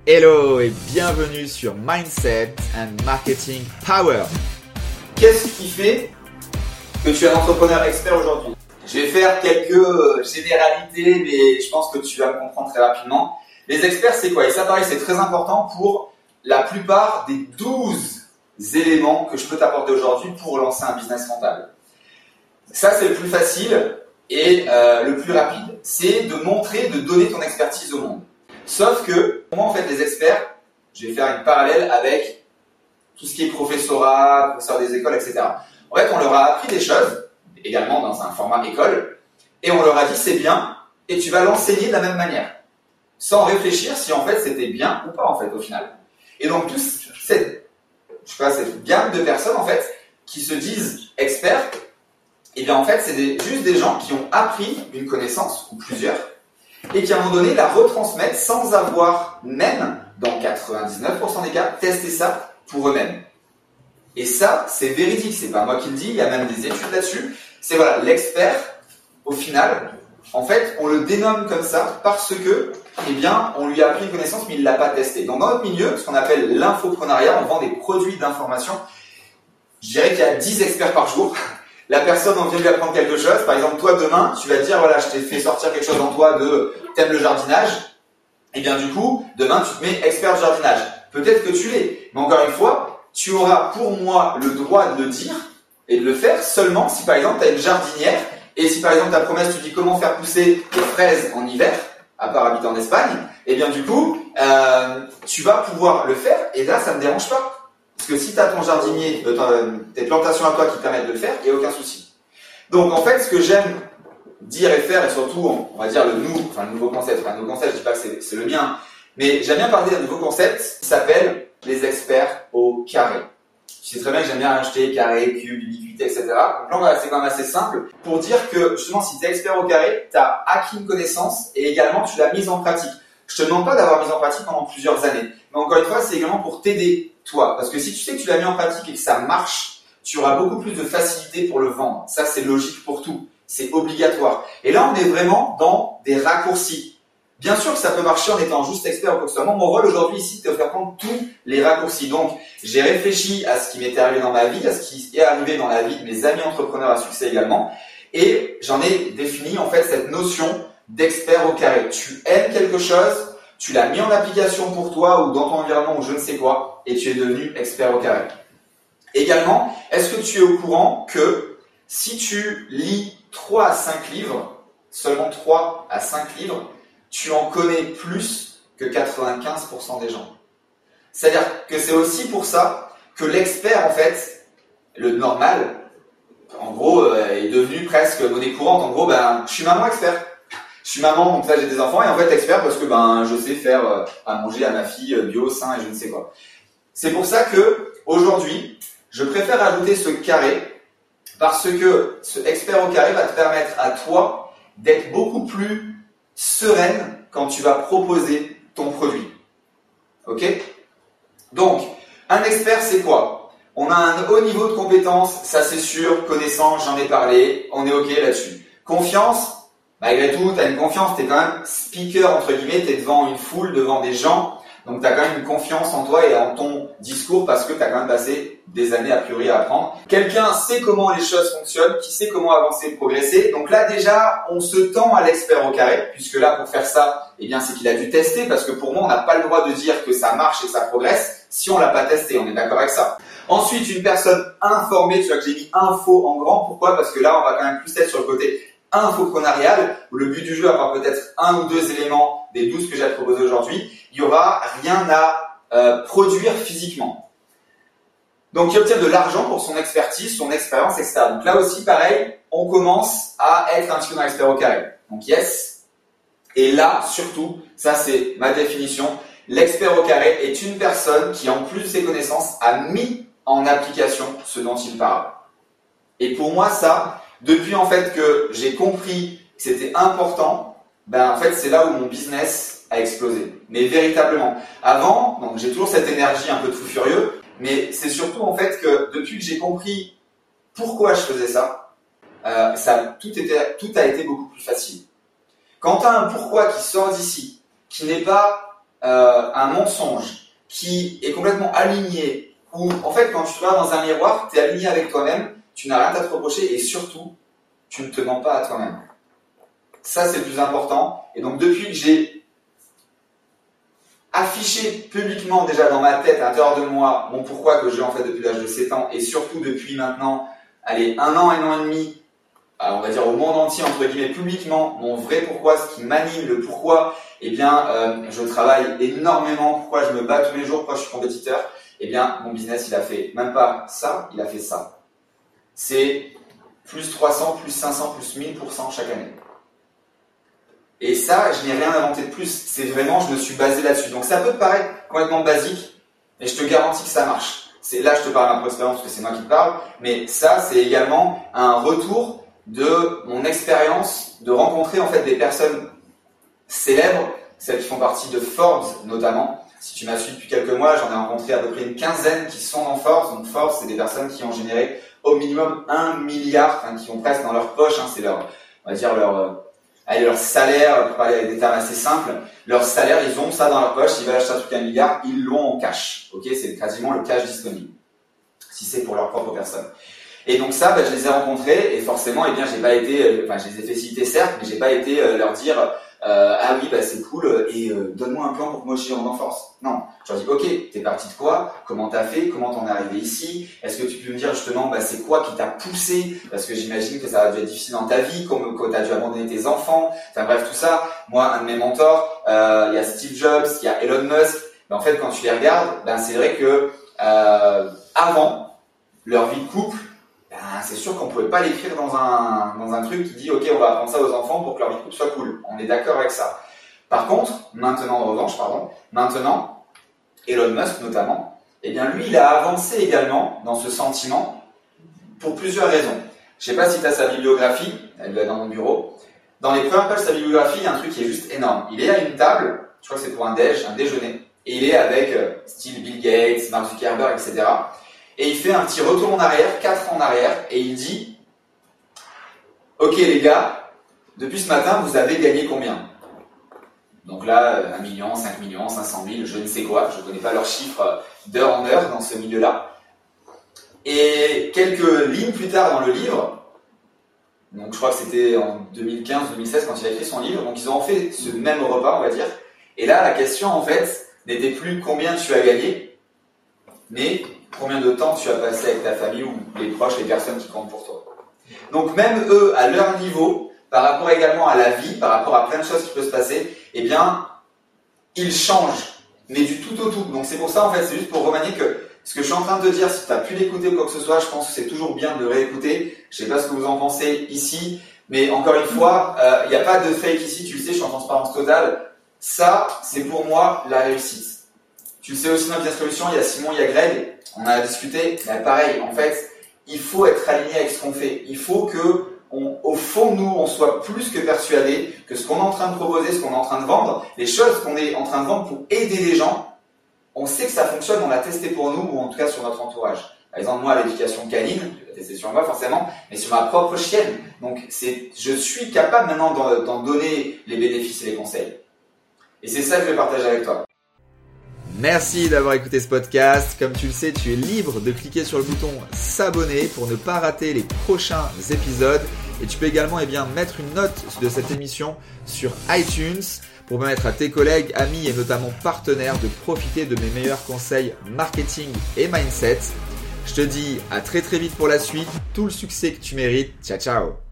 Hello et bienvenue sur Mindset and Marketing Power. Qu'est-ce qui fait que tu es un entrepreneur expert aujourd'hui? Je vais faire quelques généralités, mais je pense que tu vas me comprendre très rapidement. Les experts, c'est quoi? Et ça, pareil, c'est très important pour la plupart des 12 éléments que je peux t'apporter aujourd'hui pour lancer un business rentable. Ça, c'est le plus facile et le plus rapide. C'est de montrer, de donner ton expertise au monde. Sauf que, moi, en fait, les experts, je vais faire une parallèle avec tout ce qui est professorat, professeur des écoles, etc. En fait, on leur a appris des choses, également dans un format école, et on leur a dit c'est bien, et tu vas l'enseigner de la même manière, sans réfléchir si en fait c'était bien ou pas en fait au final. Et donc toute cette gamme de personnes en fait qui se disent experts, et bien en fait c'est juste des gens qui ont appris une connaissance ou plusieurs, et qui à un moment donné la retransmettent sans avoir même, dans 99% des cas, testé ça pour eux-mêmes. Et ça, c'est véridique, c'est pas moi qui le dis, il y a même des études là-dessus. C'est voilà, l'expert, au final, en fait, on le dénomme comme ça parce que, eh bien, on lui a appris une connaissance mais il l'a pas testé. Donc dans notre milieu, ce qu'on appelle l'infoprenariat, on vend des produits d'information. Je dirais qu'il y a 10 experts par jour. La personne, on vient lui apprendre quelque chose. Par exemple, toi, demain, tu vas te dire, voilà, je t'ai fait sortir quelque chose en toi de t'aimes le jardinage. Et bien, du coup, demain, tu te mets expert de jardinage. Peut-être que tu l'es. Mais encore une fois, tu auras pour moi le droit de le dire et de le faire seulement si, par exemple, tu as une jardinière et si, par exemple, ta promesse, tu dis comment faire pousser tes fraises en hiver, à part habiter en Espagne, et bien, du coup, tu vas pouvoir le faire et là, ça ne me dérange pas. Parce que si tu as ton jardinier, tes plantations à toi qui te permettent de le faire, il n'y a aucun souci. Donc en fait, ce que j'aime dire et faire, et surtout, on va dire le nouveau concept, enfin le nouveau concept, je dis pas que c'est le mien, mais j'aime bien parler d'un nouveau concept qui s'appelle les experts au carré. Tu sais très bien que j'aime bien acheter carré, cube, ubiquité, etc. Donc là, voilà, c'est quand même assez simple pour dire que justement, si tu es expert au carré, tu as acquis une connaissance et également tu l'as mise en pratique. Je te demande pas d'avoir mis en pratique pendant plusieurs années, mais encore une fois, c'est également pour t'aider toi, parce que si tu sais que tu l'as mis en pratique et que ça marche, tu auras beaucoup plus de facilité pour le vendre. Ça, c'est logique pour tout, c'est obligatoire. Et là, on est vraiment dans des raccourcis. Bien sûr que ça peut marcher en étant juste expert ou quoi que ce soit. Mon rôle aujourd'hui ici, c'est de faire prendre tous les raccourcis. Donc, j'ai réfléchi à ce qui m'était arrivé dans ma vie, à ce qui est arrivé dans la vie de mes amis entrepreneurs à succès également, et j'en ai défini en fait cette notion d'expert au carré. Tu aimes quelque chose, tu l'as mis en application pour toi ou dans ton environnement ou je ne sais quoi, et tu es devenu expert au carré. Également, est-ce que tu es au courant que si tu lis 3 à 5 livres, seulement 3 à 5 livres, tu en connais plus que 95% des gens. C'est-à-dire que c'est aussi pour ça que l'expert, en fait, le normal, en gros, est devenu presque monnaie courante. En gros, je suis maman expert. Je suis maman, donc là j'ai des enfants, et en fait expert parce que je sais faire à manger à ma fille bio, sain et je ne sais quoi. C'est pour ça que aujourd'hui, je préfère ajouter ce carré parce que ce expert au carré va te permettre à toi d'être beaucoup plus sereine quand tu vas proposer ton produit. Ok? Donc, un expert, c'est quoi? On a un haut niveau de compétence, ça c'est sûr, connaissance, j'en ai parlé, on est ok là-dessus. Confiance, malgré tout, tu as une confiance, tu es quand même speaker, entre guillemets, tu es devant une foule, devant des gens, donc tu as quand même une confiance en toi et en ton discours parce que tu as quand même passé des années a priori à apprendre. Quelqu'un sait comment les choses fonctionnent, qui sait comment avancer, progresser. Donc là déjà, on se tend à l'expert au carré, puisque là pour faire ça, eh bien c'est qu'il a dû tester, parce que pour moi on n'a pas le droit de dire que ça marche et que ça progresse si on l'a pas testé, on est d'accord avec ça. Ensuite, une personne informée, tu vois que j'ai mis info en grand, pourquoi? Parce que là on va quand même plus être sur le côté infoprenarial, où le but du jeu, à part peut-être 1 ou 2 éléments des 12 que j'ai proposés aujourd'hui, il n'y aura rien à produire physiquement. Donc, il obtient de l'argent pour son expertise, son expérience, etc. Donc là aussi, pareil, on commence à être un petit peu expert au carré. Donc, yes. Et là, surtout, ça c'est ma définition, l'expert au carré est une personne qui, en plus de ses connaissances, a mis en application ce dont il parle. Et pour moi, ça, depuis en fait que j'ai compris que c'était important, en fait, c'est là où mon business a explosé. Mais véritablement. Avant, donc j'ai toujours cette énergie un peu tout furieux, mais c'est surtout en fait que depuis que j'ai compris pourquoi je faisais ça, tout a été beaucoup plus facile. Quand tu as un pourquoi qui sort d'ici, qui n'est pas un mensonge qui est complètement aligné, où en fait quand tu te regardes dans un miroir, tu es aligné avec toi-même, tu n'as rien à te reprocher et surtout, tu ne te mens pas à toi-même. Ça, c'est le plus important. Et donc, depuis que j'ai affiché publiquement déjà dans ma tête, à l'intérieur de moi, mon pourquoi que j'ai en fait depuis l'âge de 7 ans, et surtout depuis maintenant, allez, 1 an et demi, on va dire au monde entier, entre guillemets, publiquement, mon vrai pourquoi, ce qui m'anime, le pourquoi, eh bien, je travaille énormément, pourquoi je me bats tous les jours, pourquoi je suis compétiteur, eh bien, mon business, il a fait même pas ça, il a fait ça. C'est plus 300, plus 500, plus 1000% chaque année. Et ça, je n'ai rien inventé de plus. C'est vraiment, je me suis basé là-dessus. Donc ça peut te paraître complètement basique, mais je te garantis que ça marche. Là, je te parle d'un peu d'expérience parce que c'est moi qui te parle, mais ça, c'est également un retour de mon expérience de rencontrer en fait des personnes célèbres, celles qui font partie de Forbes notamment. Si tu m'as suivi depuis quelques mois, j'en ai rencontré à peu près une quinzaine qui sont dans Forbes. Donc Forbes, c'est des personnes qui ont généré au minimum 1 milliard, enfin, qui ont presque dans leur poche, c'est leur, on va dire leur salaire, pour parler avec des termes assez simples, leur salaire, ils ont ça dans leur poche, ils veulent acheter un truc à 1 milliard, ils l'ont en cash. Ok, c'est quasiment le cash disponible, si c'est pour leur propre personne. Et donc ça, je les ai rencontrés et forcément, eh bien, j'ai pas été, je les ai fait citer certes, mais j'ai pas été leur dire ah oui, c'est cool et donne-moi un plan pour que moi je rentre en force. Non, je leur dis ok, t'es parti de quoi? Comment t'as fait? Comment t'en es arrivé ici? Est-ce que tu peux me dire justement c'est quoi qui t'a poussé? Parce que j'imagine que ça a dû être difficile dans ta vie, comme quand t'as dû abandonner tes enfants. Enfin bref, tout ça. Moi, un de mes mentors, il y a Steve Jobs, il y a Elon Musk. En fait, quand tu les regardes, c'est vrai que avant leur vie de couple, c'est sûr qu'on pouvait pas l'écrire dans un truc qui dit ok, on va apprendre ça aux enfants pour que leur vie de couple soit cool. On est d'accord avec ça. Par contre, maintenant, Elon Musk notamment, eh bien lui, il a avancé également dans ce sentiment pour plusieurs raisons. Je sais pas si tu as sa bibliographie, elle est dans mon bureau. Dans les premières pages de sa bibliographie, il y a un truc qui est juste énorme. Il est à une table, je crois que c'est pour un déjeuner, et il est avec style Bill Gates, Mark Zuckerberg, etc. Et il fait un petit retour en arrière, 4 ans en arrière, et il dit « Ok les gars, depuis ce matin, vous avez gagné combien ?» Donc là, 1 million, 5 millions, 500 000, je ne sais quoi, je ne connais pas leurs chiffres d'heure en heure dans ce milieu-là. Et quelques lignes plus tard dans le livre, donc je crois que c'était en 2015-2016 quand il a écrit son livre, donc ils ont fait ce même repas, on va dire, et là la question en fait n'était plus combien tu as gagné, mais combien de temps tu as passé avec ta famille ou les proches, les personnes qui comptent pour toi. Donc même eux, à leur niveau, par rapport également à la vie, par rapport à plein de choses qui peuvent se passer, eh bien, ils changent, mais du tout au tout. Donc c'est pour ça, en fait, c'est juste pour remanier que ce que je suis en train de te dire, si tu n'as plus d'écouter ou quoi que ce soit, je pense que c'est toujours bien de réécouter. Je ne sais pas ce que vous en pensez ici, mais encore une fois, il n'y a pas de fake ici, tu le sais, je suis en transparence totale. Ça, c'est pour moi la réussite. Tu le sais aussi dans Business Solutions, il y a Simon, il y a Greg, on a discuté, pareil, en fait, il faut être aligné avec ce qu'on fait. Il faut que, au fond de nous, on soit plus que persuadé que ce qu'on est en train de proposer, ce qu'on est en train de vendre, les choses qu'on est en train de vendre pour aider les gens, on sait que ça fonctionne, on l'a testé pour nous, ou en tout cas sur notre entourage. Par exemple, moi, l'éducation canine, je l'ai testé sur moi forcément, mais sur ma propre chienne. Donc, je suis capable maintenant d'en donner les bénéfices et les conseils. Et c'est ça que je vais partager avec toi. Merci d'avoir écouté ce podcast. Comme tu le sais, tu es libre de cliquer sur le bouton s'abonner pour ne pas rater les prochains épisodes. Et tu peux également mettre une note de cette émission sur iTunes pour permettre à tes collègues, amis et notamment partenaires de profiter de mes meilleurs conseils marketing et mindset. Je te dis à très très vite pour la suite. Tout le succès que tu mérites. Ciao ciao.